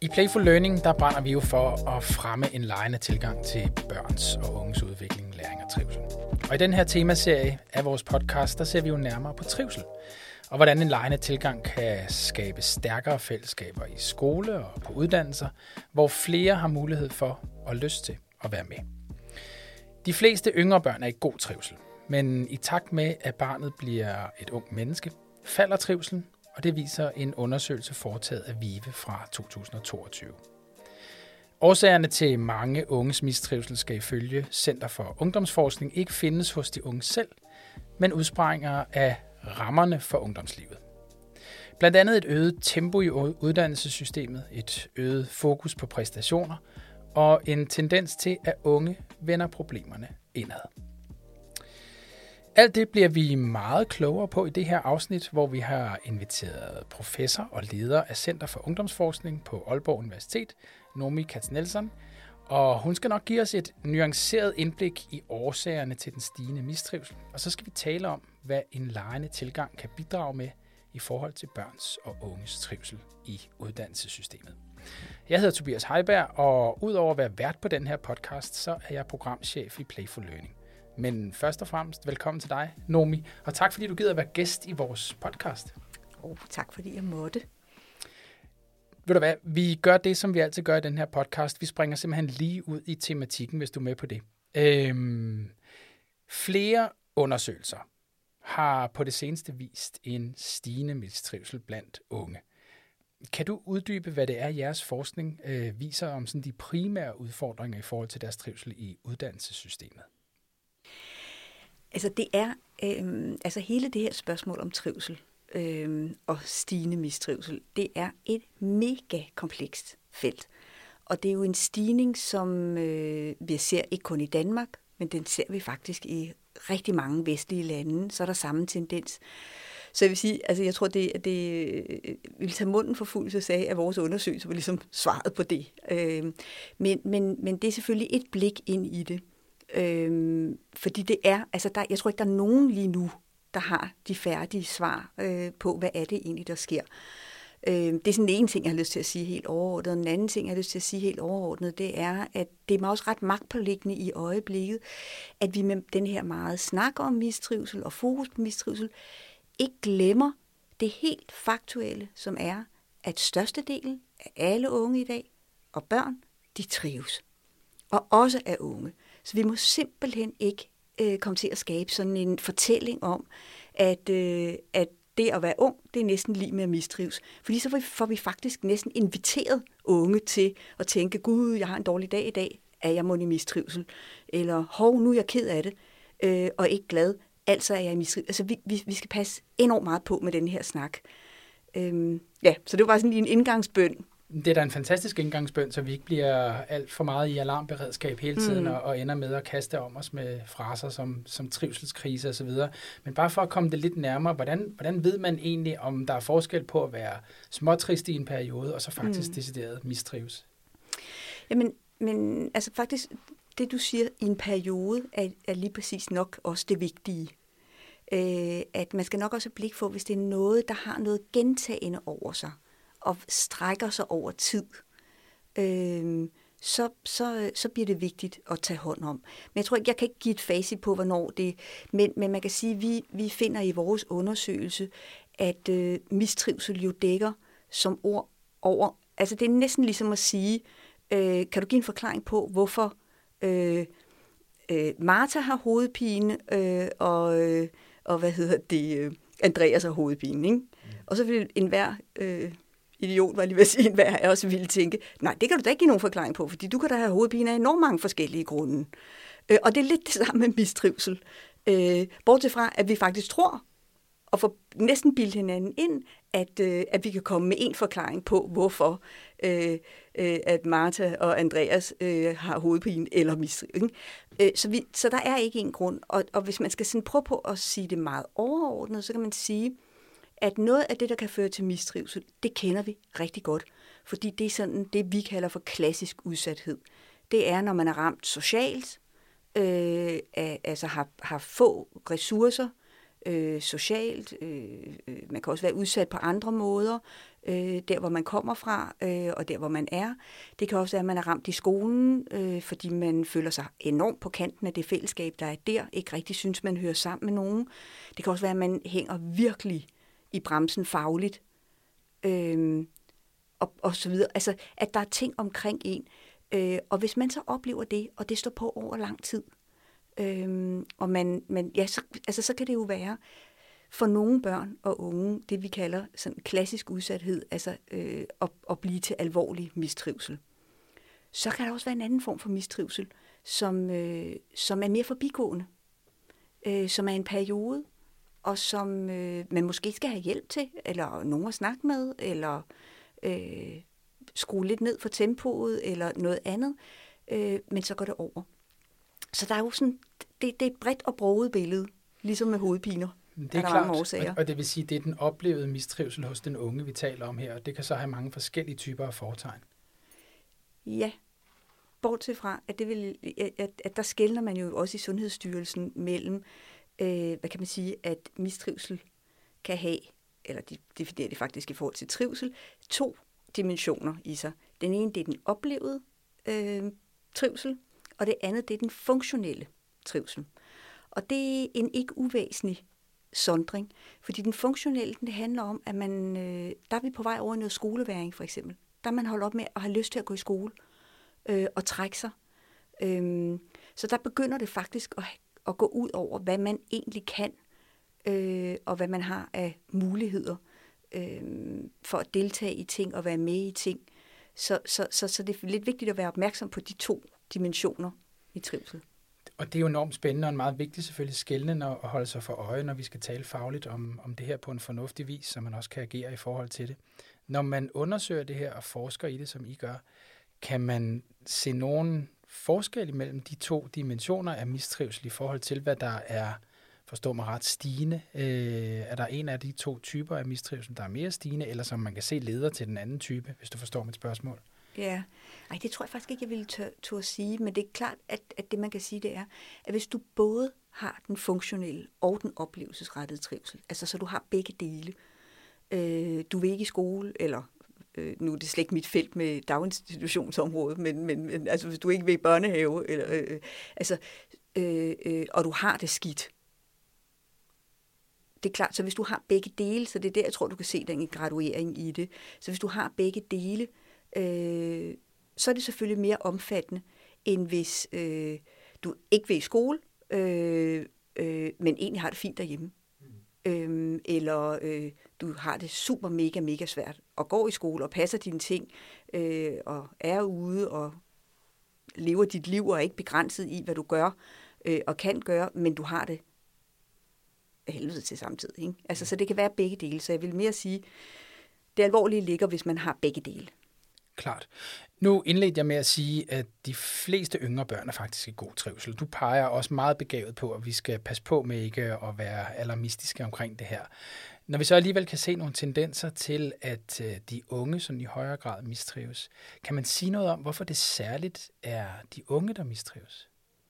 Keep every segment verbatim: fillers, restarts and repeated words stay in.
I Playful Learning, der brænder vi jo for at fremme en legende tilgang til børns og unges udvikling, læring og trivsel. Og i den her temaserie af vores podcast, der ser vi jo nærmere på trivsel, og hvordan en legende tilgang kan skabe stærkere fællesskaber i skole og på uddannelser, hvor flere har mulighed for og lyst til at være med. De fleste yngre børn er i god trivsel, men i takt med, at barnet bliver et ung menneske, falder trivselen, og det viser en undersøgelse foretaget af VIVE fra to tusind og toogtyve. Årsagerne til mange unges mistrivsel skal ifølge Center for Ungdomsforskning ikke findes hos de unge selv, men udspringer af rammerne for ungdomslivet. Blandt andet et øget tempo i uddannelsessystemet, et øget fokus på præstationer og en tendens til, at unge vender problemerne indad. Alt det bliver vi meget klogere på i det her afsnit, hvor vi har inviteret professor og leder af Center for Ungdomsforskning på Aalborg Universitet, Noomi Katz-Nelson, og hun skal nok give os et nuanceret indblik i årsagerne til den stigende mistrivsel. Og så skal vi tale om, hvad en legende tilgang kan bidrage med i forhold til børns og unges trivsel i uddannelsessystemet. Jeg hedder Tobias Heiberg, og udover at være vært på den her podcast, så er jeg programchef i Playful Learning. Men først og fremmest, velkommen til dig, Noomi, og tak fordi du gider at være gæst i vores podcast. Oh, tak fordi jeg måtte. Ved du hvad, vi gør det, som vi altid gør i den her podcast. Vi springer simpelthen lige ud i tematikken, hvis du er med på det. Øhm, flere undersøgelser har på det seneste vist en stigende mistrivsel blandt unge. Kan du uddybe, hvad det er, jeres forskning øh, viser om sådan de primære udfordringer i forhold til deres trivsel i uddannelsessystemet? Altså det er øh, altså hele det her spørgsmål om trivsel øh, og stigende mistrivsel, det er et mega komplekst felt. Og det er jo en stigning, som øh, vi ser ikke kun i Danmark, men den ser vi faktisk i rigtig mange vestlige lande, så er der samme tendens. Så jeg vil sige, altså jeg tror, det, det vil tage munden for fuld, så sagde, at vores undersøgelse var ligesom svaret på det. Øh, men, men, men det er selvfølgelig et blik ind i det. Øhm, fordi det er, altså der, jeg tror ikke, der er nogen lige nu, der har de færdige svar øh, på, hvad er det egentlig, der sker. Øhm, det er sådan en ting, jeg har lyst til at sige helt overordnet. En anden ting, jeg har lyst til at sige helt overordnet, det er, at det er mig også ret magtpåliggende i øjeblikket, at vi med den her meget snak om mistrivsel og fokus på mistrivsel, ikke glemmer det helt faktuelle, som er, at størstedelen af alle unge i dag og børn, de trives. Og også af unge. Så vi må simpelthen ikke øh, komme til at skabe sådan en fortælling om, at, øh, at det at være ung, det er næsten lige med at mistrives. Fordi så får vi faktisk næsten inviteret unge til at tænke, gud, jeg har en dårlig dag i dag, er jeg mon i mistrivsel? Eller, hov, nu er jeg ked af det, øh, og ikke glad, altså er jeg i mistrivsel. Altså vi, vi, vi skal passe enormt meget på med den her snak. Øhm, ja, så det var bare sådan en indgangsbøn. Det er da en fantastisk indgangsbøn, så vi ikke bliver alt for meget i alarmberedskab hele tiden mm. og, og ender med at kaste om os med fraser som, som trivselskrise osv. Men bare for at komme det lidt nærmere, hvordan, hvordan ved man egentlig, om der er forskel på at være småtrist i en periode, og så faktisk mm. decideret mistrives? Jamen, men altså faktisk, det du siger i en periode, er, er lige præcis nok også det vigtige. Øh, at man skal nok også have blik for, hvis det er noget, der har noget gentagende over sig, og strækker sig over tid, øh, så, så, så bliver det vigtigt at tage hånd om. Men jeg tror ikke, jeg kan ikke give et facit på, hvornår det, men, men man kan sige, at vi, vi finder i vores undersøgelse, at øh, mistrivsel jo dækker som ord over, altså det er næsten ligesom at sige, øh, kan du give en forklaring på, hvorfor øh, øh, Martha har hovedpine, øh, og, øh, og hvad hedder det, øh, Andreas har hovedpine, ikke? Mm. Og så vil enhver øh, idiot, var lige ved at sige, hvad jeg også ville tænke, nej, det kan du da ikke give nogen forklaring på, fordi du kan da have hovedpine af enormt mange forskellige grunde. Øh, og det er lidt det samme med mistrivsel. Øh, bortset fra, at vi faktisk tror, og får næsten bildt hinanden ind, at, øh, at vi kan komme med en forklaring på, hvorfor øh, øh, at Martha og Andreas øh, har hovedpine eller mistrivsel. Øh, så, vi, så der er ikke en grund. Og, og hvis man skal sådan prøve på at sige det meget overordnet, så kan man sige, at noget af det, der kan føre til mistrivsel, det kender vi rigtig godt. Fordi det er sådan det, vi kalder for klassisk udsathed. Det er, når man er ramt socialt, øh, altså har, har få ressourcer, øh, socialt. Øh, man kan også være udsat på andre måder, øh, der hvor man kommer fra, øh, og der hvor man er. Det kan også være, at man er ramt i skolen, øh, fordi man føler sig enormt på kanten af det fællesskab, der er der. Ikke rigtig synes, man hører sammen med nogen. Det kan også være, at man hænger virkelig i bremsen fagligt, øh, og, og så videre. Altså, at der er ting omkring en. Øh, og hvis man så oplever det, og det står på over lang tid, øh, og man, man ja, så, altså, så kan det jo være for nogle børn og unge, det vi kalder sådan klassisk udsathed, altså øh, at, at blive til alvorlig mistrivsel. Så kan der også være en anden form for mistrivsel, som, øh, som er mere forbigående, øh, som er en periode, og som øh, man måske skal have hjælp til, eller nogen at snakke med, eller øh, skrue lidt ned for tempoet, eller noget andet, øh, men så går det over. Så der er jo sådan, det, det er et bredt og broget billede, ligesom med hovedpiner. Det er, er klart, og, og det vil sige, det er den oplevede mistrivsel hos den unge, vi taler om her, og det kan så have mange forskellige typer af fortegn. Ja, bortset fra, at, det vil, at, at der skelner man jo også i Sundhedsstyrelsen mellem, øh, hvad kan man sige, at mistrivsel kan have, eller de definerer det faktisk i forhold til trivsel, to dimensioner i sig. Den ene, det er den oplevede øh, trivsel, og det andet, det er den funktionelle trivsel. Og det er en ikke uvæsentlig sondring, fordi den funktionelle, det handler om, at man, øh, der er vi på vej over i noget skoleværing, for eksempel. Der er man holdt op med at have lyst til at gå i skole øh, og trække sig. Øh, så der begynder det faktisk at, at gå ud over, hvad man egentlig kan, øh, og hvad man har af muligheder øh, for at deltage i ting og være med i ting. Så, så, så, så det er lidt vigtigt at være opmærksom på de to dimensioner i trivsel. Og det er jo enormt spændende og meget vigtigt selvfølgelig skældende at holde sig for øje, når vi skal tale fagligt om, om det her på en fornuftig vis, så man også kan agere i forhold til det. Når man undersøger det her og forsker i det, som I gør, kan man se nogen forskel mellem de to dimensioner af mistrivsel i forhold til, hvad der er, forstå mig ret, stigende? Øh, er der en af de to typer af mistrivsel, der er mere stigende, eller som man kan se leder til den anden type, hvis du forstår mit spørgsmål? Ja, ej, det tror jeg faktisk ikke, jeg ville turde sige, men det er klart, at, at det man kan sige, det er, at hvis du både har den funktionelle og den oplevelsesrettede trivsel, altså så du har begge dele, øh, du vil ikke i skole, eller øh, nu er det slet ikke mit felt med daginstitutionsområdet, men, men, men altså hvis du ikke vil i børnehave, eller, øh, altså, øh, øh, og du har det skidt, det er klart, så hvis du har begge dele, så det er der, jeg tror, du kan se den graduering i det, så hvis du har begge dele, Øh, så er det selvfølgelig mere omfattende, end hvis øh, du ikke vil i skole, øh, øh, men egentlig har det fint derhjemme. Mm. Øh, eller øh, du har det super mega, mega svært og går i skole og passer dine ting, øh, og er ude og lever dit liv og er ikke begrænset i, hvad du gør øh, og kan gøre, men du har det helvede til samtidig. Ikke? Altså, så det kan være begge dele, så jeg vil mere sige, det alvorlige ligger, hvis man har begge dele. Klart. Nu indledte jeg med at sige, at de fleste yngre børn er faktisk i god trivsel. Du peger også meget begavet på, at vi skal passe på med ikke at være alarmistiske omkring det her. Når vi så alligevel kan se nogle tendenser til, at de unge sådan i højere grad mistrives, kan man sige noget om, hvorfor det særligt er de unge, der mistrives?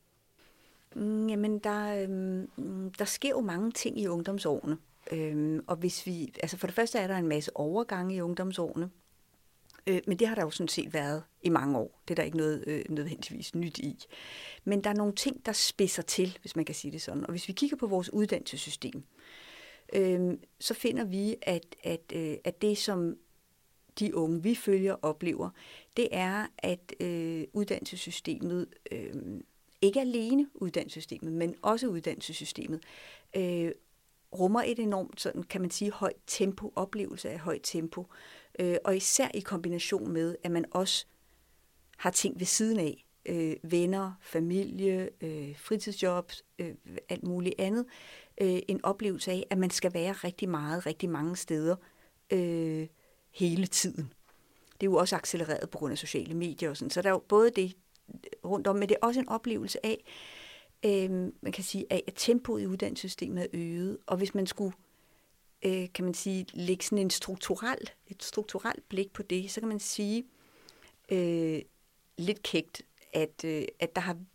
Jamen, der, der sker jo mange ting i ungdomsårene. Og hvis vi, altså for det første er der en masse overgange i ungdomsårene, men det har der jo sådan set været i mange år. Det er der ikke noget øh, nødvendigvis nyt i. Men der er nogle ting, der spidser til, hvis man kan sige det sådan. Og hvis vi kigger på vores uddannelsessystem, øh, så finder vi, at, at, øh, at det, som de unge, vi følger, oplever, det er, at øh, uddannelsessystemet, øh, ikke alene uddannelsessystemet, men også uddannelsessystemet, øh, rummer et enormt, sådan, kan man sige, højt tempo, oplevelse af højt tempo, øh, og især i kombination med, at man også har ting ved siden af, øh, venner, familie, øh, fritidsjobs, øh, alt muligt andet, øh, en oplevelse af, at man skal være rigtig meget, rigtig mange steder øh, hele tiden. Det er jo også accelereret på grund af sociale medier og sådan, så der er jo både det rundt om, men det er også en oplevelse af, Øhm, man kan sige, at tempoet i uddannelsessystemet er øget, og hvis man skulle, øh, kan man sige, lægge sådan en strukturel, et strukturelt blik på det, så kan man sige øh, lidt kægt, at, øh, at der har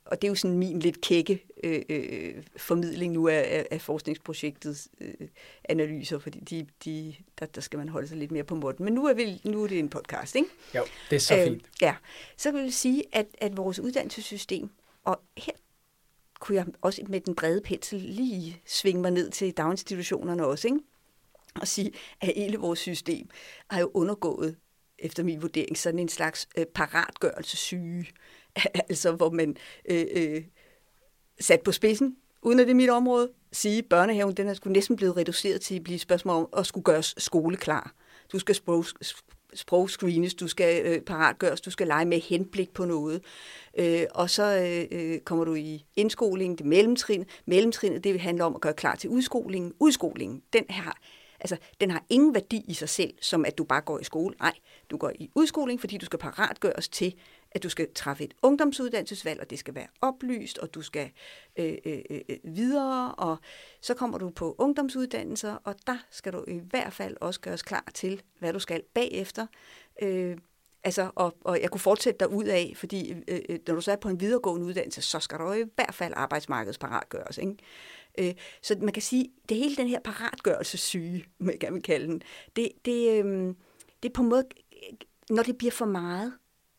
og det er jo sådan min lidt kække øh, øh, formidling nu af, af forskningsprojektets øh, analyser, fordi de, de, der, der skal man holde sig lidt mere på måtten. Men nu er, vi, nu er det en podcast, ikke? Jo, det er så fint. Øh, ja, så vil jeg sige, at, at vores uddannelsessystem, og her kunne jeg også med den brede pensel lige svinge mig ned til daginstitutionerne også, ikke? Og sige, at hele vores system har jo undergået, efter min vurdering, sådan en slags øh, paratgørelsessyge, altså hvor man øh, øh, sat på spidsen, uden at det er mit område, sige, børnehaven, den er sgu næsten blevet reduceret til at blive et spørgsmål om at skulle gøres skoleklar. Du skal sprog, sprogscreenes, du skal øh, paratgøres, du skal lege med henblik på noget. Øh, og så øh, kommer du i indskoling, det mellemtrin. Mellemtrinet, det handler om at gøre klar til udskolingen. Udskolingen, den her, altså, den har ingen værdi i sig selv, som at du bare går i skole. Nej, du går i udskoling, fordi du skal paratgøres til, at du skal træffe et ungdomsuddannelsesvalg, og det skal være oplyst, og du skal øh, øh, øh, videre, og så kommer du på ungdomsuddannelser, og der skal du i hvert fald også gøres klar til, hvad du skal bagefter. Øh, altså, og, og jeg kunne fortsætte dig ud af, fordi øh, når du så er på en videregående uddannelse, så skal du i hvert fald arbejdsmarkedsparatgøres, ikke? Øh, så man kan sige, det hele den her paratgørelsessyge, man gerne vil kalde den, det, det, øh, det er på en måde, når det bliver for meget,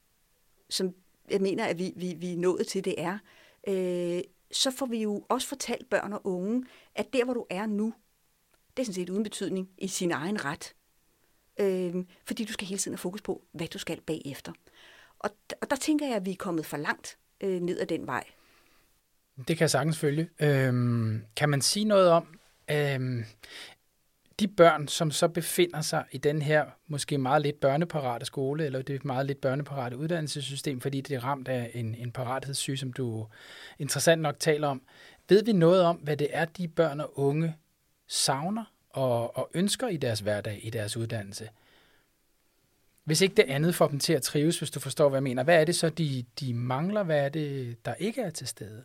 som jeg mener, at vi, vi, vi er nået til, det er, øh, så får vi jo også fortalt børn og unge, at der, hvor du er nu, det er sådan set uden betydning i sin egen ret. Øh, fordi du skal hele tiden have fokus på, hvad du skal bagefter. Og, og der tænker jeg, at vi er kommet for langt øh, ned ad den vej. Det kan jeg sagtens følge. Øhm, kan man sige noget om, øhm, de børn, som så befinder sig i den her måske meget lidt børneparate skole, eller det meget lidt børneparate uddannelsessystem, fordi det er ramt af en, en parathedssyge, som du interessant nok taler om. Ved vi noget om, hvad det er, de børn og unge savner og, og ønsker i deres hverdag, i deres uddannelse? Hvis ikke det andet får dem til at trives, hvis du forstår, hvad jeg mener. Hvad er det så, de, de mangler? Hvad er det, der ikke er til stede?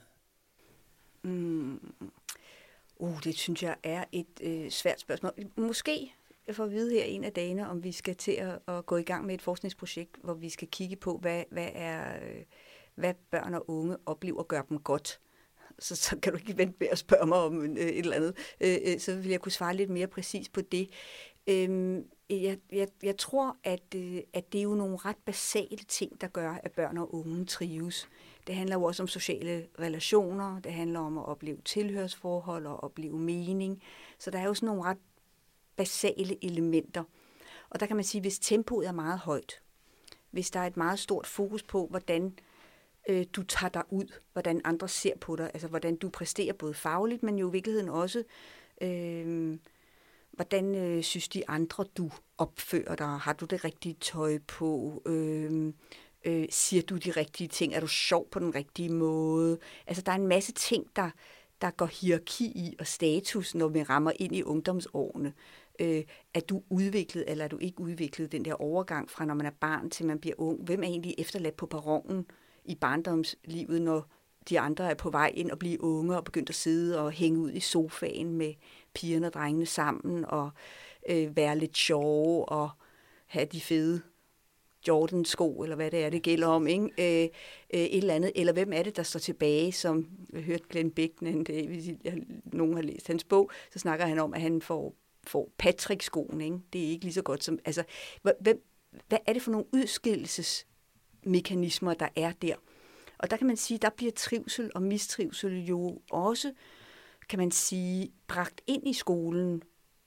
Mm. Uh, det synes jeg er et øh, svært spørgsmål. Måske jeg får at vide her en af dagene, om vi skal til at, at gå i gang med et forskningsprojekt, hvor vi skal kigge på, hvad, hvad, er, øh, hvad børn og unge oplever gør dem godt. Så, så kan du ikke vente med at spørge mig om øh, et eller andet. Øh, så vil jeg kunne svare lidt mere præcis på det. Øh, jeg, jeg, jeg tror, at, øh, at det er jo nogle ret basale ting, der gør, at børn og unge trives. Det handler jo også om sociale relationer, det handler om at opleve tilhørsforhold og opleve mening. Så der er jo sådan nogle ret basale elementer. Og der kan man sige, hvis tempoet er meget højt, hvis der er et meget stort fokus på, hvordan øh, du tager dig ud, hvordan andre ser på dig, altså hvordan du præsterer både fagligt, men jo i virkeligheden også, øh, hvordan øh, synes de andre, du opfører dig, har du det rigtige tøj på, øh, Øh, siger du de rigtige ting? Er du sjov på den rigtige måde? Altså, der er en masse ting, der, der går hierarki i og status, når vi rammer ind i ungdomsårene. Øh, er du udviklet, eller er du ikke udviklet? Den der overgang fra, når man er barn til man bliver ung. Hvem er egentlig efterladt på perronen i barndomslivet, når de andre er på vej ind og blive unge og begyndt at sidde og hænge ud i sofaen med pigerne og drengene sammen og øh, være lidt sjove og have de fede Jordans sko, eller hvad det er, det gælder om, ikke? Øh, øh, et eller andet. Eller hvem er det, der står tilbage, som jeg hørte Glenn Beck den anden dag, hvis nogen har læst hans bog, så snakker han om, at han får, får Patrick-skoen, ikke? Det er ikke lige så godt som... Altså, hvem, hvad er det for nogle udskillelsesmekanismer, der er der? Og der kan man sige, der bliver trivsel og mistrivsel jo også, kan man sige, bragt ind i skolen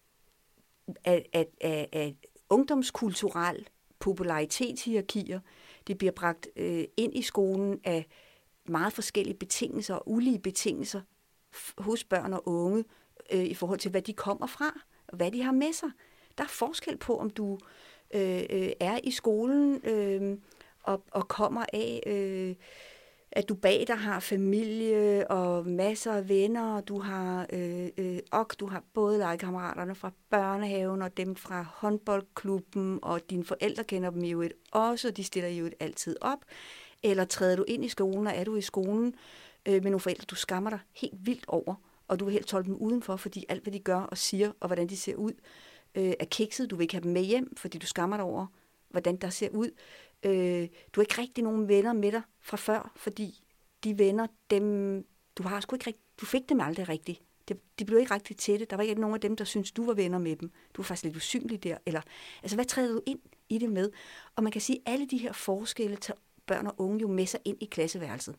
af, af, af, af ungdomskulturel popularitetshierarkier. Det bliver bragt øh, ind i skolen af meget forskellige betingelser og ulige betingelser f- hos børn og unge øh, i forhold til, hvad de kommer fra og hvad de har med sig. Der er forskel på, om du øh, øh, er i skolen øh, og, og kommer af, øh, at du bag dig har familie og masser af venner, og du har, øh, øh, og du har både legekammeraterne fra børnehaven og dem fra håndboldklubben, og dine forældre kender dem jo et også, de stiller jo et altid op. Eller træder du ind i skolen, og er du i skolen øh, med nogle forældre, du skammer dig helt vildt over, og du vil helt holde dem udenfor, fordi alt, hvad de gør og siger, og hvordan de ser ud, øh, er kikset. Du vil ikke have dem med hjem, fordi du skammer dig over, hvordan der ser ud. Øh, du har ikke rigtig nogen venner med dig fra før, fordi de venner, dem, du har sgu ikke rigt, du fik dem aldrig rigtigt. De, de blev ikke rigtig tætte. Der var ikke nogen af dem, der syntes, du var venner med dem. Du var faktisk lidt usynlig der. Eller, altså, hvad træder du ind i det med? Og man kan sige, at alle de her forskelle tager børn og unge jo med sig ind i klasseværelset.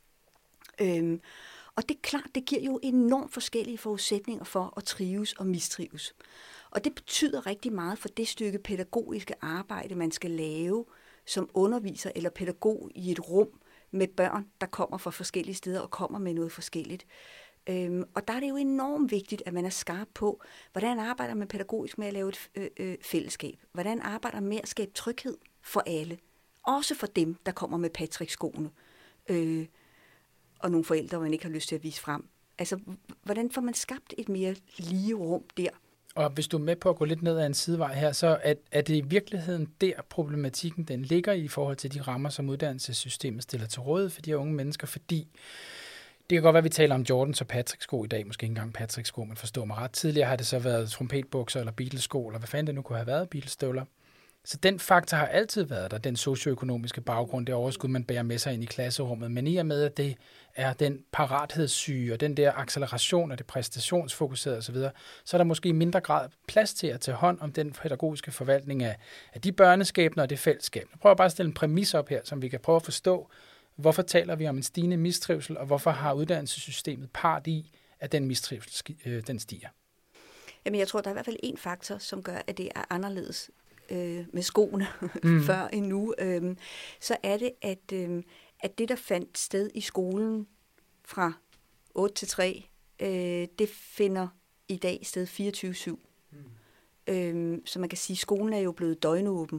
Øhm, og det er klart, det giver jo enormt forskellige forudsætninger for at trives og mistrives. Og det betyder rigtig meget for det stykke pædagogiske arbejde, man skal lave som underviser eller pædagog i et rum med børn, der kommer fra forskellige steder og kommer med noget forskelligt. Øhm, og der er det jo enormt vigtigt, at man er skarp på, hvordan arbejder man pædagogisk med at lave et øh, øh, fællesskab? Hvordan arbejder man med at skabe tryghed for alle? Også for dem, der kommer med Patrick-skoene. Øh, og nogle forældre, man ikke har lyst til at vise frem. Altså, hvordan får man skabt et mere lige rum der? Og hvis du er med på at gå lidt ned ad en sidevej her, så er, er det i virkeligheden der problematikken, den ligger i forhold til de rammer, som uddannelsessystemet stiller til rådighed for de her unge mennesker, fordi det kan godt være, at vi taler om Jordans og Patrick-sko i dag, måske ikke engang Patrick-sko, men forstår mig ret. Tidligere har det så været trompetbukser eller Beatles-sko, eller hvad fanden det nu kunne have været, Beatles-støvler. Så den faktor har altid været der, den socioøkonomiske baggrund, det overskud, man bærer med sig ind i klasserummet. Men i og med, at det er den parathedssyge og den der acceleration og det præstationsfokuserede osv., så er der måske i mindre grad plads til at tage hånd om den pædagogiske forvaltning af, af de børneskæbner og det fællesskab. Jeg prøver bare at stille en præmis op her, som vi kan prøve at forstå. Hvorfor taler vi om en stigende mistrivsel, og hvorfor har uddannelsessystemet part i, at den mistrivsel den stiger? Jamen, jeg tror, der er i hvert fald en faktor, som gør, at det er anderledes øh, med skoene mm. før endnu. Øh, så er det, at, øh, at det, der fandt sted i skolen fra otte til tre, øh, det finder i dag sted fireogtyve syv. Mm. Øh, så man kan sige, at skolen er jo blevet døgnåben.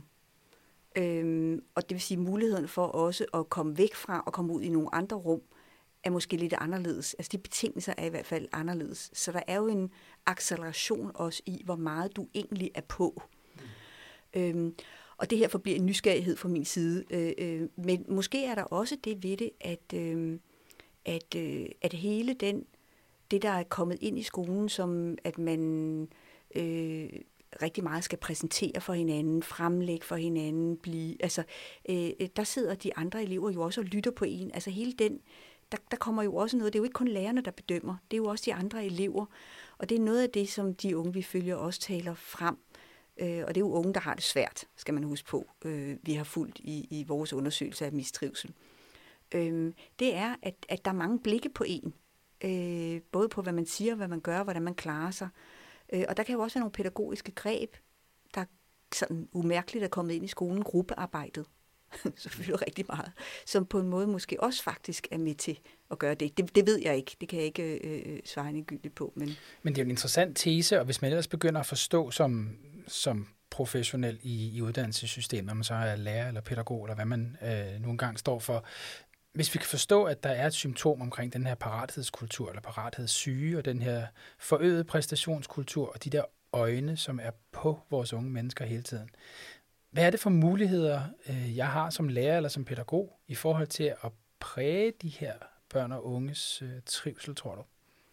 Øhm, og det vil sige, muligheden for også at komme væk fra og komme ud i nogle andre rum, er måske lidt anderledes. Altså de betingelser er i hvert fald anderledes. Så der er jo en acceleration også i, hvor meget du egentlig er på. Mm. Øhm, og det her forbliver en nysgerrighed fra min side. Øh, øh, men måske er der også det ved det, at, øh, at, øh, at hele den, det, der er kommet ind i skolen, som at man Øh, rigtig meget skal præsentere for hinanden, fremlægge for hinanden, blive, altså, øh, der sidder de andre elever jo også og lytter på en. Altså hele den, der, der kommer jo også noget, det er jo ikke kun lærerne, der bedømmer, det er jo også de andre elever, og det er noget af det, som de unge, vi følger, også taler frem. Øh, og det er jo unge, der har det svært, skal man huske på, øh, vi har fulgt i, i vores undersøgelse af mistrivsel. Øh, det er, at, at der er mange blikke på en, øh, både på, hvad man siger, hvad man gør, hvordan man klarer sig. Og der kan jo også være nogle pædagogiske greb, der sådan umærkeligt er kommet ind i skolen, gruppearbejdet, så fylder rigtig meget, som på en måde måske også faktisk er med til at gøre det. Det, det ved jeg ikke, det kan jeg ikke øh, svare endegyldigt på. Men... men det er jo en interessant tese, og hvis man ellers begynder at forstå som, som professionel i, i uddannelsessystemet, om man så er lærer eller pædagog, eller hvad man øh, nu engang står for, hvis vi kan forstå, at der er et symptom omkring den her parathedskultur, eller parathedssyge, og den her forøgede præstationskultur, og de der øjne, som er på vores unge mennesker hele tiden. Hvad er det for muligheder, jeg har som lærer eller som pædagog, i forhold til at præge de her børn og unges trivsel, tror du?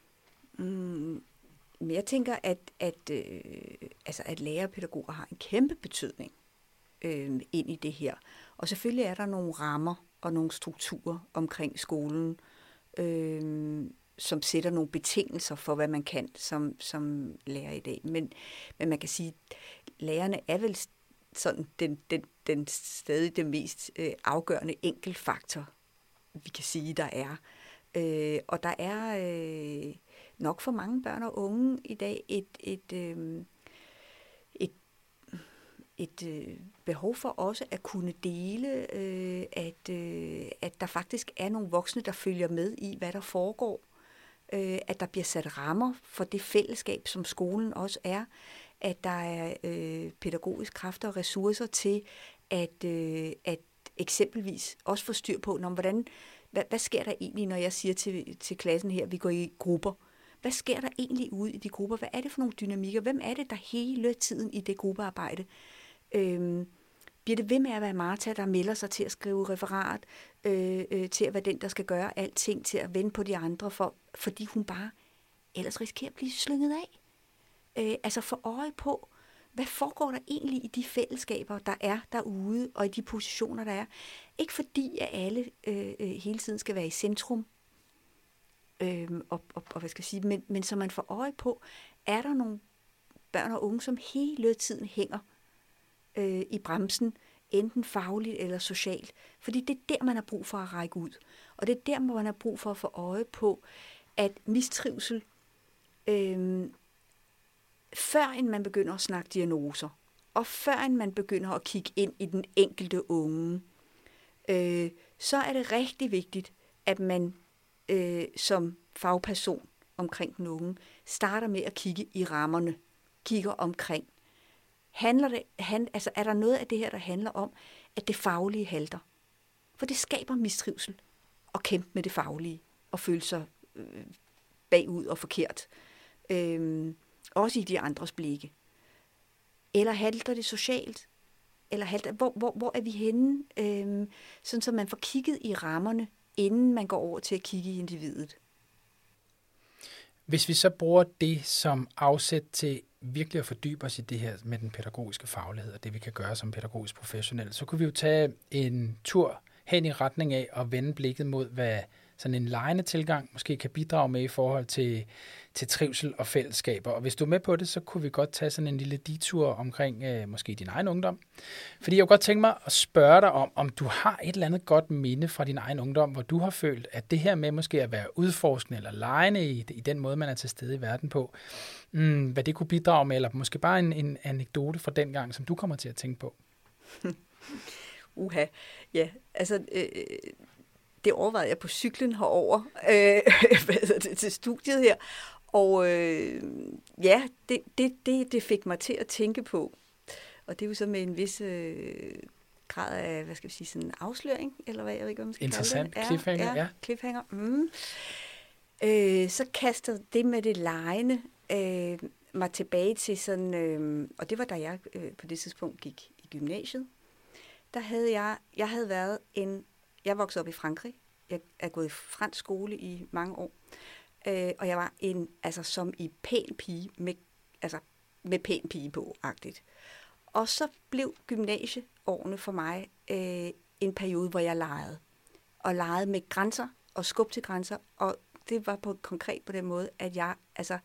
Mm, jeg tænker, at, at, øh, altså, at lærere og pædagoger har en kæmpe betydning øh, ind i det her. Og selvfølgelig er der nogle rammer, og nogle strukturer omkring skolen, øh, som sætter nogle betingelser for, hvad man kan som, som lærer i dag. Men, men man kan sige, at lærerne er vel sådan den, den, den stadig den mest øh, afgørende enkeltfaktor, vi kan sige, der er. Øh, og der er øh, nok for mange børn og unge i dag et, et, øh, et et øh, behov for også at kunne dele, øh, at, øh, at der faktisk er nogle voksne, der følger med i, hvad der foregår. Øh, at der bliver sat rammer for det fællesskab, som skolen også er. At der er øh, pædagogisk kræfter og ressourcer til at, øh, at eksempelvis også få styr på, når, hvordan, hvad, hvad sker der egentlig, når jeg siger til, til klassen her, at vi går i grupper. Hvad sker der egentlig ude i de grupper? Hvad er det for nogle dynamikker? Hvem er det, der hele tiden i det gruppearbejde Øhm, bliver det ved med at være Martha, der melder sig til at skrive referat, øh, øh, til at være den, der skal gøre alting, til at vende på de andre, for, fordi hun bare ellers risikerer at blive slynget af. Øh, altså få øje på, hvad foregår der egentlig i de fællesskaber, der er derude, og i de positioner, der er? Ikke fordi, at alle øh, hele tiden skal være i centrum, øh, og, og, og hvad skal jeg sige, men, men så man får øje på, er der nogle børn og unge, som hele tiden hænger øh, i bremsen, enten fagligt eller socialt. Fordi det er der, man har brug for at række ud. Og det er der, man har brug for at få øje på, at mistrivsel, øh, før end man begynder at snakke diagnoser, og før end man begynder at kigge ind i den enkelte unge, øh, så er det rigtig vigtigt, at man øh, som fagperson omkring den unge starter med at kigge i rammerne, kigger omkring. Handler det, hand, altså er der noget af det her, der handler om, at det faglige halter? For det skaber mistrivsel at kæmpe med det faglige og føle sig øh, bagud og forkert. Øh, også i de andres blikke. Eller halter det socialt? Eller halter, hvor, hvor, hvor er vi henne? Øh, sådan så man får kigget i rammerne, inden man går over til at kigge i individet. Hvis vi så bruger det som afsæt til virkelig at fordybe os i det her med den pædagogiske faglighed, og det vi kan gøre som pædagogisk professionel, så kunne vi jo tage en tur hen i retning af at vende blikket mod, hvad sådan en legende tilgang måske kan bidrage med i forhold til, til trivsel og fællesskaber. Og hvis du er med på det, så kunne vi godt tage sådan en lille detur omkring øh, måske din egen ungdom. Fordi jeg kunne godt tænke mig at spørge dig om, om du har et eller andet godt minde fra din egen ungdom, hvor du har følt, at det her med måske at være udforskende eller legende i, i den måde, man er til stede i verden på, mm, hvad det kunne bidrage med, eller måske bare en, en anekdote fra den gang, som du kommer til at tænke på. Uha, ja, altså... Øh Det overvejede jeg på cyklen herover øh, til studiet her. Og øh, ja, det, det, det, det fik mig til at tænke på. Og det er jo så med en vis øh, grad af, hvad skal vi sige, sådan en afsløring, eller hvad jeg ved ikke, hvad man skal Interessant. kalde det. Cliffhanger, ja. ja. cliffhanger. Mm. Øh, så kastede det med det legende øh, mig tilbage til sådan, øh, og det var da jeg øh, på det tidspunkt gik i gymnasiet. Der havde jeg, jeg havde været en Jeg voksede op i Frankrig. Jeg er gået i fransk skole i mange år. Øh, og jeg var en, altså som i pæn pige, med, altså med pæn pige på-agtigt. Og så blev gymnasieårene for mig øh, en periode, hvor jeg legede. Og legede med grænser og skub til grænser. Og det var på, konkret på den måde, at jeg altså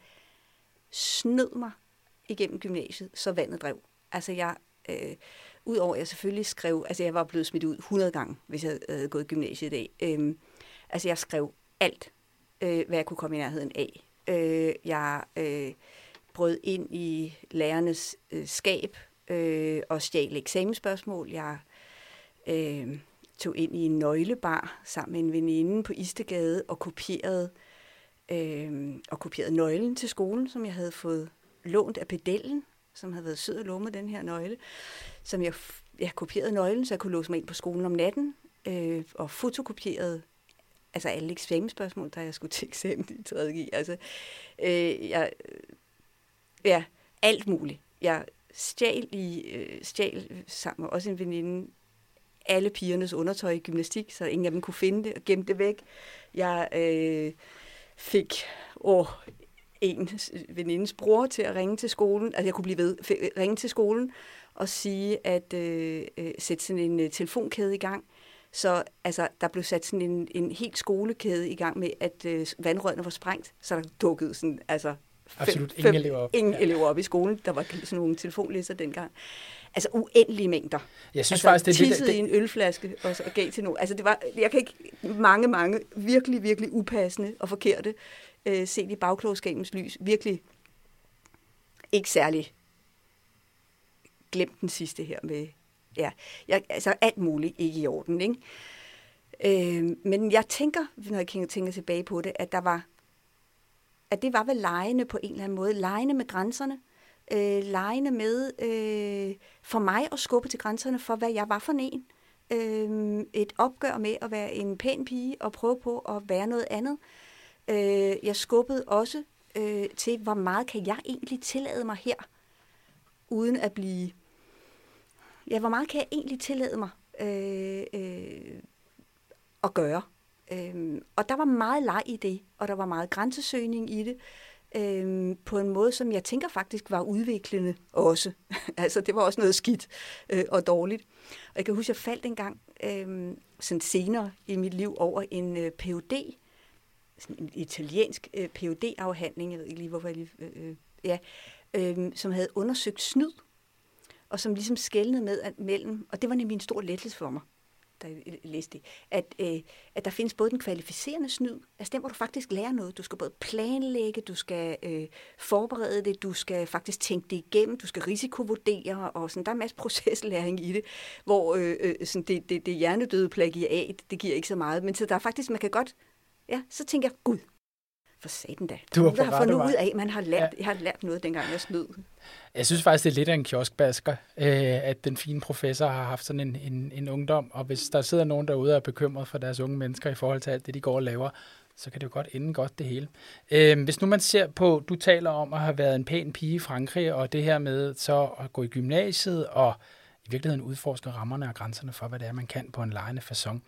snød mig igennem gymnasiet, så vandet drev. Altså jeg... Øh, Udover at jeg selvfølgelig skrev, altså jeg var blevet smidt ud hundrede gange, hvis jeg havde gået i gymnasiet i dag. Øhm, altså jeg skrev alt, øh, hvad jeg kunne komme i nærheden af. Øh, jeg øh, brød ind i lærernes øh, skab øh, og stjal eksamensspørgsmål. Jeg øh, tog ind i en nøglebar sammen med en veninde på Istegade og kopierede, øh, og kopierede nøglen til skolen, som jeg havde fået lånt af pedellen, som havde været sød og låne den her nøgle, som jeg, jeg kopierede nøglen, så jeg kunne låse mig ind på skolen om natten, øh, og fotokopierede altså alle eksamensspørgsmål, da jeg skulle til eksamen i tredje G. Altså, øh, jeg, ja, alt muligt. Jeg stjal, i, øh, stjal sammen med også en veninde alle pigernes undertøj i gymnastik, så ingen af dem kunne finde det og gemte det væk. Jeg øh, fik... Åh, en venindes bror til at ringe til skolen, altså jeg kunne blive ved, ringe til skolen og sige, at øh, øh, sætte sådan en uh, telefonkæde i gang. Så altså, der blev sat sådan en, en helt skolekæde i gang med, at øh, vandrørene var sprængt, så der dukkede sådan, altså Absolut fem, ingen elever op. Ingen ja. elever op i skolen. Der var sådan nogle telefonlæser dengang. Altså uendelige mængder. Jeg synes altså, faktisk, det er tissede det, det... i en ølflaske og, så, og gav til nogen. Altså det var, jeg kan ikke, mange, mange virkelig, virkelig upassende og forkerte øh, set i bagklogskabens lys. Virkelig ikke særlig glemt den sidste her med, ja, jeg, altså alt muligt ikke i orden, ikke? Øh, men jeg tænker, når jeg tænker tilbage på det, at der var, at det var vel legende på en eller anden måde. Legende med grænserne. Øh, legende med øh, for mig at skubbe til grænserne for, hvad jeg var for en. Øh, et opgør med at være en pæn pige og prøve på at være noget andet. Øh, jeg skubbede også øh, til, hvor meget kan jeg egentlig tillade mig her, uden at blive... Ja, hvor meget kan jeg egentlig tillade mig øh, øh, at gøre? Øh, og der var meget leg i det, og der var meget grænsesøgning i det. øh, på en måde, som jeg tænker faktisk var udviklende også. Altså, det var også noget skidt øh, og dårligt. Og jeg kan huske, at jeg faldt engang øh, sådan senere i mit liv over en øh, P H D, sådan en italiensk øh, P H D-afhandling, jeg ved ikke lige, hvorfor jeg lige... Øh, ja, øh, som havde undersøgt snyd, og som ligesom skelnede med at mellem, og det var nemlig en stor lettelse for mig, da jeg læste det, at, øh, at der findes både den kvalificerende snyd, altså den, hvor du faktisk lærer noget. Du skal både planlægge, du skal øh, forberede det, du skal faktisk tænke det igennem, du skal risikovurdere, og sådan, der er en masse proceslæring i det, hvor øh, øh, sådan det, det, det hjernedøde plagiat, det giver ikke så meget, men så der er faktisk, man kan godt, ja, så tænker jeg, gud, for satan da. Du har, der har fundet ud af, at man har lært, ja. jeg har lært noget, dengang jeg snød. Jeg synes faktisk, det er lidt af en kioskbasker, øh, at den fine professor har haft sådan en, en, en ungdom, og hvis der sidder nogen derude og er bekymret for deres unge mennesker i forhold til alt det, de går og laver, så kan det jo godt ende godt det hele. Øh, hvis nu man ser på, du taler om at have været en pæn pige i Frankrig, og det her med så at gå i gymnasiet, og i virkeligheden udforske rammerne og grænserne for, hvad det er, man kan på en legende facon.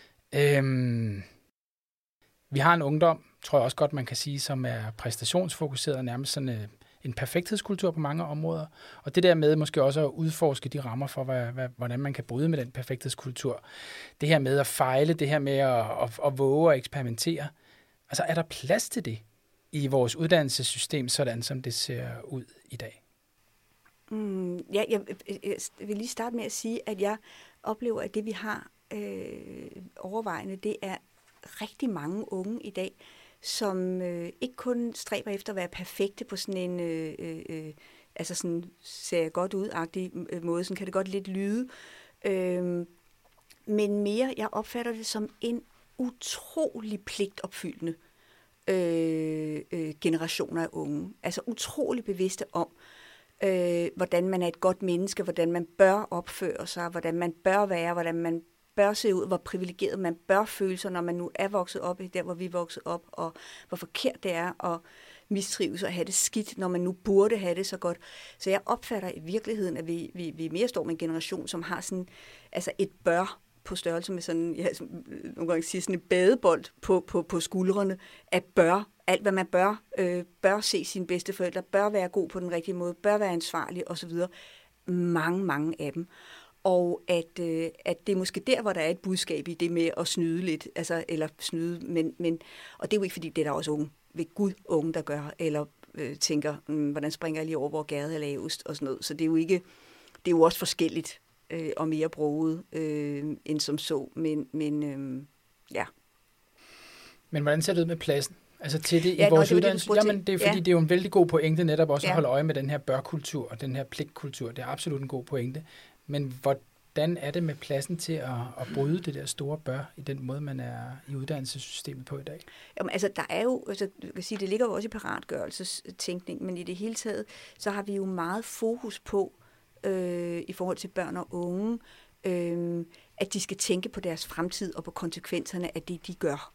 Øh, vi har en ungdom, tror jeg også godt, man kan sige, som er præstationsfokuseret, nærmest sådan øh, en perfekthedskultur på mange områder. Og det der med måske også at udforske de rammer for, hvad, hvad, hvordan man kan bryde med den perfekthedskultur. Det her med at fejle, det her med at, at, at våge og eksperimentere. Altså er der plads til det i vores uddannelsessystem, sådan som det ser ud i dag? Mm, ja, jeg, jeg vil lige starte med at sige, at jeg oplever, at det vi har øh, overvejende, det er rigtig mange unge i dag, som øh, ikke kun stræber efter at være perfekte på sådan en, øh, øh, altså sådan ser godt ud-agtig måde, sådan kan det godt lidt lyde, øh, men mere, jeg opfatter det som en utrolig pligtopfyldende øh, øh, generationer af unge. Altså utrolig bevidste om, øh, hvordan man er et godt menneske, hvordan man bør opføre sig, hvordan man bør være, hvordan man bør se ud, hvor privilegeret man bør føle sig, når man nu er vokset op i der, hvor vi er vokset op, og hvor forkert det er at mistrives og have det skidt, når man nu burde have det så godt. Så jeg opfatter i virkeligheden, at vi, vi, vi mere står med en generation, som har sådan, altså et bør på størrelse med sådan, ja, nogle gange siger sådan en badebold på, på, på skuldrene, at bør, alt hvad man bør, øh, bør se sine bedsteforældre, bør være god på den rigtige måde, bør være ansvarlig osv. Mange, mange af dem. Og at, øh, at det er måske der, hvor der er et budskab i det med at snyde lidt, altså, eller snyde, men, men, og det er jo ikke, fordi det er der også unge, ved Gud unge, der gør, eller øh, tænker, mm, hvordan springer jeg lige over, hvor gade er lavest, og sådan noget. Så det er jo ikke, det er jo også forskelligt, øh, og mere broget, øh, end som så, men, men øh, ja. Men hvordan ser det ud med pladsen? Altså til det ja, i vores nå, det uddannelse? Jamen, det er fordi, ja. det er jo en vældig god pointe netop også ja. at holde øje med den her bør-kultur og den her pligtkultur. Det er absolut en god pointe. Men hvordan er det med pladsen til at, at bryde det der store bør i den måde, man er i uddannelsessystemet på i dag? Jamen, altså, der er jo, altså, jeg kan sige, det ligger jo også i paratgørelsestænkning, men i det hele taget, så har vi jo meget fokus på, øh, i forhold til børn og unge, øh, at de skal tænke på deres fremtid og på konsekvenserne af det, de gør.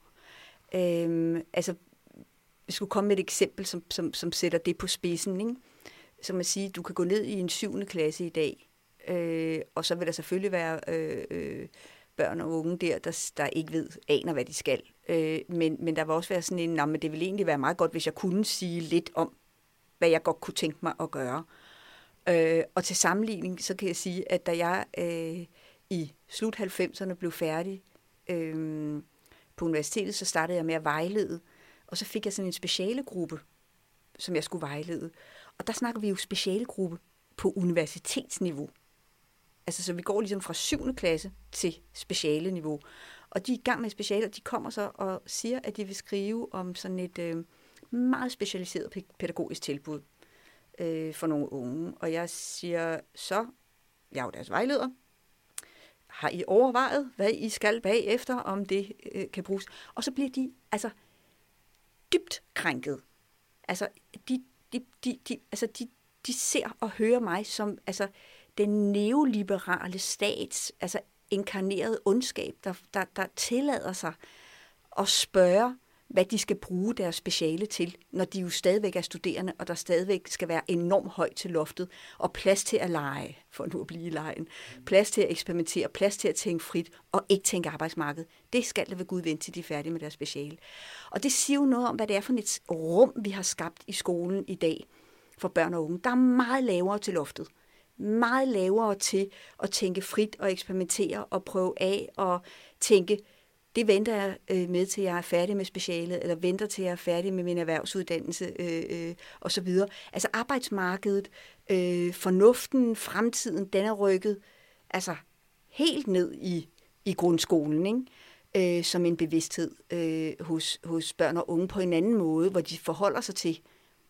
Øh, altså, jeg skulle komme med et eksempel, som, som, som sætter det på spidsen, ikke? Som at sige, du kan gå ned i en syvende klasse i dag, Øh, og så vil der selvfølgelig være øh, øh, børn og unge der, der, der ikke ved, aner, hvad de skal. Øh, men, men der vil også være sådan en, nej, men det ville egentlig være meget godt, hvis jeg kunne sige lidt om, hvad jeg godt kunne tænke mig at gøre. Øh, og til sammenligning, så kan jeg sige, at da jeg øh, i slut halvfemserne blev færdig øh, på universitetet, så startede jeg med at vejlede, og så fik jeg sådan en specialegruppe, som jeg skulle vejlede. Og der snakker vi jo specialegruppe på universitetsniveau. Altså, så vi går ligesom fra syvende klasse til speciale niveau. Og de er i gang med speciale, og de kommer så og siger, at de vil skrive om sådan et øh, meget specialiseret pædagogisk tilbud øh, for nogle unge. Og jeg siger så, jeg er jo deres vejleder, har I overvejet, hvad I skal bagefter, om det øh, kan bruges? Og så bliver de altså dybt krænket. Altså, de, de, de, de, altså, de, de ser og hører mig som altså, den neoliberale stats, altså inkarneret ondskab, der, der, der tillader sig at spørge hvad de skal bruge deres speciale til, når de jo stadigvæk er studerende, og der stadigvæk skal være enormt højt til loftet, og plads til at lege, for nu at blive i lejen, plads til at eksperimentere, plads til at tænke frit, og ikke tænke arbejdsmarked. Det skal det ved Gud vente til de er færdige med deres speciale. Og det siger jo noget om, hvad det er for et rum, vi har skabt i skolen i dag for børn og unge. Der er meget lavere til loftet. Meget lavere til at tænke frit og eksperimentere og prøve af og tænke, det venter jeg øh, med til jeg er færdig med specialet, eller venter til jeg er færdig med min erhvervsuddannelse øh, øh, og så videre. Altså arbejdsmarkedet, øh, fornuften, fremtiden, den er rykket altså helt ned i, i grundskolen, ikke? Øh, som en bevidsthed øh, hos, hos børn og unge på en anden måde, hvor de forholder sig til,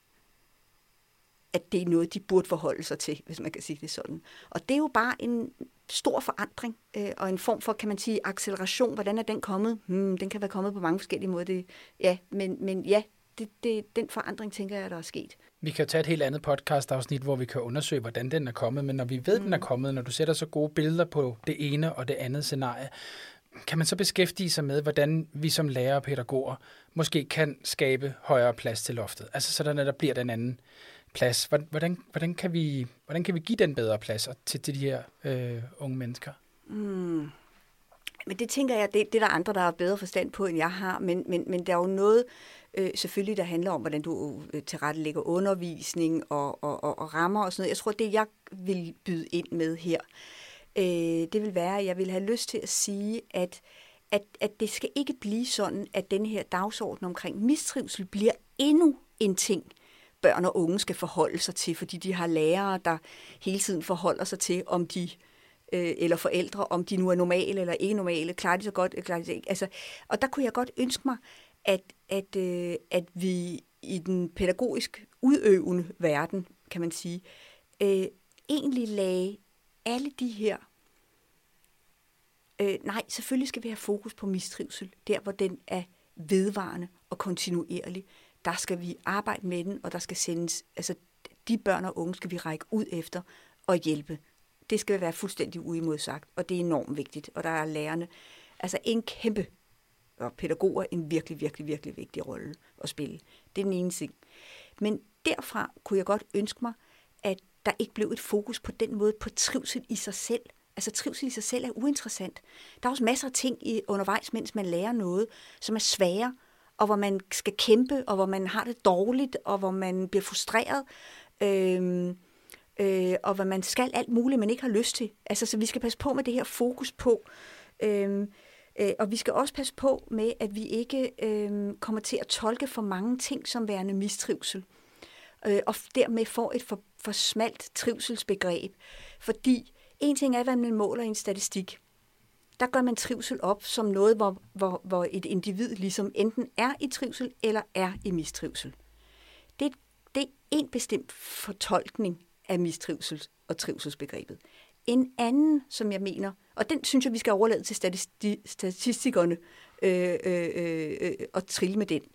at det er noget, de burde forholde sig til, hvis man kan sige det sådan. Og det er jo bare en stor forandring, øh, og en form for, kan man sige, acceleration. Hvordan er den kommet? Hmm, den kan være kommet på mange forskellige måder. Det, ja, men, men ja, det, det, den forandring, tænker jeg, der er sket. Vi kan jo tage et helt andet podcast-afsnit, hvor vi kan undersøge, hvordan den er kommet, men når vi ved, mm. den er kommet, når du sætter så gode billeder på det ene og det andet scenarie, kan man så beskæftige sig med, hvordan vi som lærere og pædagoger måske kan skabe højere plads til loftet? Altså sådan, at der bliver den anden plads. Hvordan, hvordan, kan, vi, hvordan kan vi give den bedre plads til, til de her øh, unge mennesker? Mm. Men det tænker jeg, det, det er der andre, der har bedre forstand på, end jeg har. Men, men, men der er jo noget, øh, selvfølgelig, der handler om, hvordan du øh, tilrettelægger undervisning og, og, og, og rammer og sådan noget. Jeg tror, det jeg vil byde ind med her, øh, det vil være, at jeg vil have lyst til at sige, at, at, at det skal ikke blive sådan, at den her dagsorden omkring mistrivsel bliver endnu en ting, børn og unge skal forholde sig til, fordi de har lærere, der hele tiden forholder sig til, om de, øh, eller forældre, om de nu er normale eller ikke normale, klarer de så godt, eller klarer de så ikke. Altså, og der kunne jeg godt ønske mig, at, at, øh, at vi i den pædagogisk udøvende verden, kan man sige, øh, egentlig lagde alle de her, øh, nej, selvfølgelig skal vi have fokus på mistrivsel, der hvor den er vedvarende og kontinuerlig. Der skal vi arbejde med den, og der skal sendes, altså de børn og unge skal vi række ud efter og hjælpe. Det skal være fuldstændig uimodsagt, og det er enormt vigtigt. Og der er lærerne, altså en kæmpe, og pædagoger en virkelig, virkelig, virkelig vigtig rolle at spille. Det er den ene ting. Men derfra kunne jeg godt ønske mig, at der ikke blev et fokus på den måde på trivsel i sig selv. Altså trivsel i sig selv er uinteressant. Der er også masser af ting i, undervejs, mens man lærer noget, som er svære, og hvor man skal kæmpe, og hvor man har det dårligt, og hvor man bliver frustreret, øh, øh, og hvor man skal alt muligt, man ikke har lyst til. Altså, så vi skal passe på med det her fokus på, øh, øh, og vi skal også passe på med, at vi ikke øh, kommer til at tolke for mange ting som værende mistrivsel, øh, og dermed får et for, for smalt trivselsbegreb. Fordi en ting er, hvad man måler i en statistik. Der gør man trivsel op som noget, hvor, hvor, hvor et individ ligesom enten er i trivsel eller er i mistrivsel. Det, det er en bestemt fortolkning af mistrivsel og trivselsbegrebet. En anden, som jeg mener, og den synes jeg, vi skal overlade til statisti- statistikerne øh, øh, øh, og trille med den.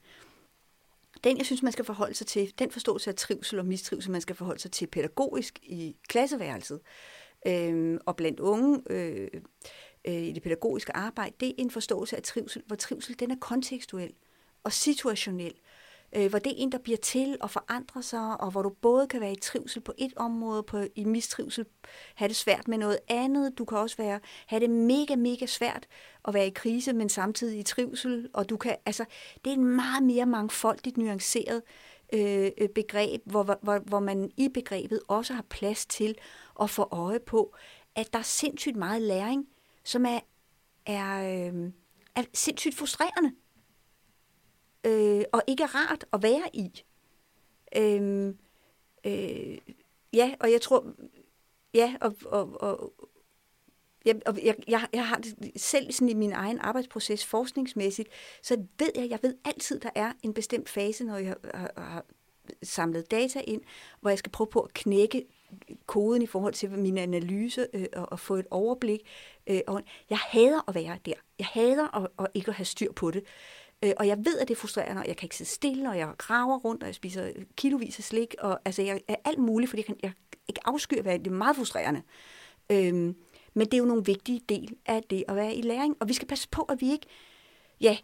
Den, jeg synes, man skal forholde sig til, den forståelse af trivsel og mistrivsel, man skal forholde sig til pædagogisk i klasseværelset øh, og blandt unge øh, i det pædagogiske arbejde, det er en forståelse af trivsel, hvor trivsel den er kontekstuel og situationel, øh, hvor det er en, der bliver til og forandrer sig, og hvor du både kan være i trivsel på et område, på, i mistrivsel, have det svært med noget andet, du kan også være, have det mega, mega svært at være i krise, men samtidig i trivsel, og du kan, altså, det er en meget mere mangfoldigt nuanceret øh, begreb, hvor, hvor, hvor man i begrebet også har plads til at få øje på, at der er sindssygt meget læring, som er, er, øh, er sindssygt frustrerende, øh, og ikke er rart at være i. Øh, øh, ja, og jeg tror, ja, og, og, og, jeg, og jeg, jeg, jeg har det selv sådan i min egen arbejdsproces forskningsmæssigt, så ved jeg, jeg ved altid, der er en bestemt fase, når jeg har, har, har samlet data ind, hvor jeg skal prøve på at knække koden i forhold til min analyse øh, og, og få et overblik. Øh, og jeg hader at være der. Jeg hader at, at ikke at have styr på det. Øh, og jeg ved, at det er frustrerende, og jeg kan ikke sidde stille, og jeg graver rundt, og jeg spiser kilovis af slik, og altså jeg er alt muligt, fordi jeg kan jeg ikke afskyr at være. Det er meget frustrerende. Øh, men det er jo nogle vigtige del af det at være i læring, og vi skal passe på, at vi ikke, ja,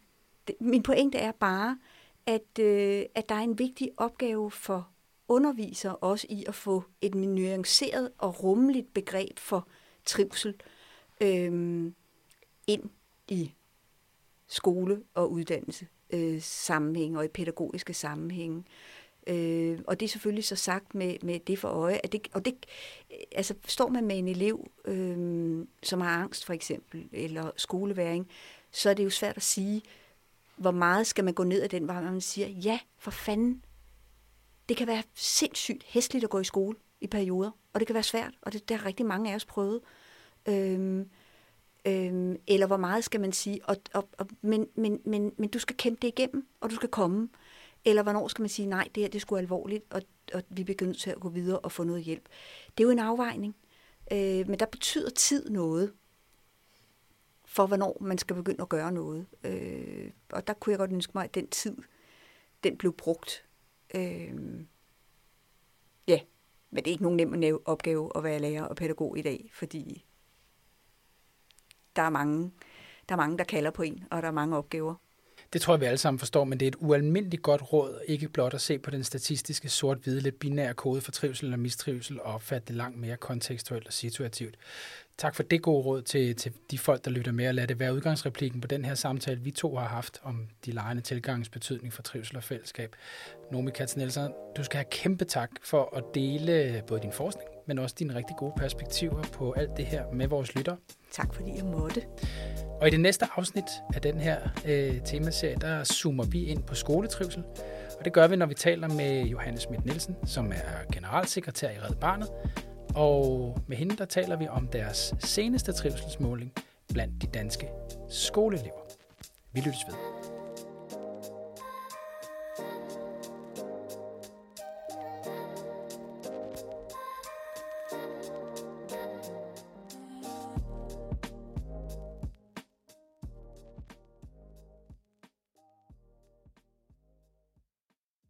min pointe er bare, at, øh, at der er en vigtig opgave for undervisere også i at få et nuanceret og rummeligt begreb for trivsel øh, ind i skole og uddannelse øh, sammenhæng og i pædagogiske sammenhænge. Øh, og det er selvfølgelig så sagt med, med det for øje, at det, og det, altså står man med en elev, øh, som har angst for eksempel, eller skoleværing, så er det jo svært at sige, hvor meget skal man gå ned ad den vej, hvor man siger, ja, for fanden, det kan være sindssygt hæsligt at gå i skole i perioder, og det kan være svært, og det, det har rigtig mange af os prøvet. Øh, øh, eller hvor meget skal man sige, og, og, og, men, men, men, men du skal kæmpe det igennem, og du skal komme. Eller hvornår skal man sige, nej, det her det er sgu alvorligt, og, og vi begynder til at gå videre og få noget hjælp. Det er jo en afvejning, øh, men der betyder tid noget, for hvornår man skal begynde at gøre noget. Øh, og der kunne jeg godt ønske mig, at den tid, den blev brugt. Øh, ja, men det er ikke nogen nem opgave at være lærer og pædagog i dag, fordi der er mange, der er mange, der kalder på en, og der er mange opgaver. Det tror jeg, vi alle sammen forstår, men det er et ualmindeligt godt råd, ikke blot at se på den statistiske sort-hvide, lidt binære kode for trivsel eller mistrivsel, og opfatte det langt mere kontekstuelt og situativt. Tak for det gode råd til, til de folk, der lytter med, og lad det være udgangsreplikken på den her samtale, vi to har haft om de legende tilgangens betydning for trivsel og fællesskab. Noomi Katz-Nielsen, du skal have kæmpe tak for at dele både din forskning, men også dine rigtig gode perspektiver på alt det her med vores lyttere. Tak fordi jeg måtte. Og i det næste afsnit af den her øh, temaserie, der zoomer vi ind på skoletrivsel. Og det gør vi, når vi taler med Johanne Schmidt Nielsen, som er generalsekretær i Red Barnet. Og med hende, der taler vi om deres seneste trivselsmåling blandt de danske skoleelever. Vi lyttes ved.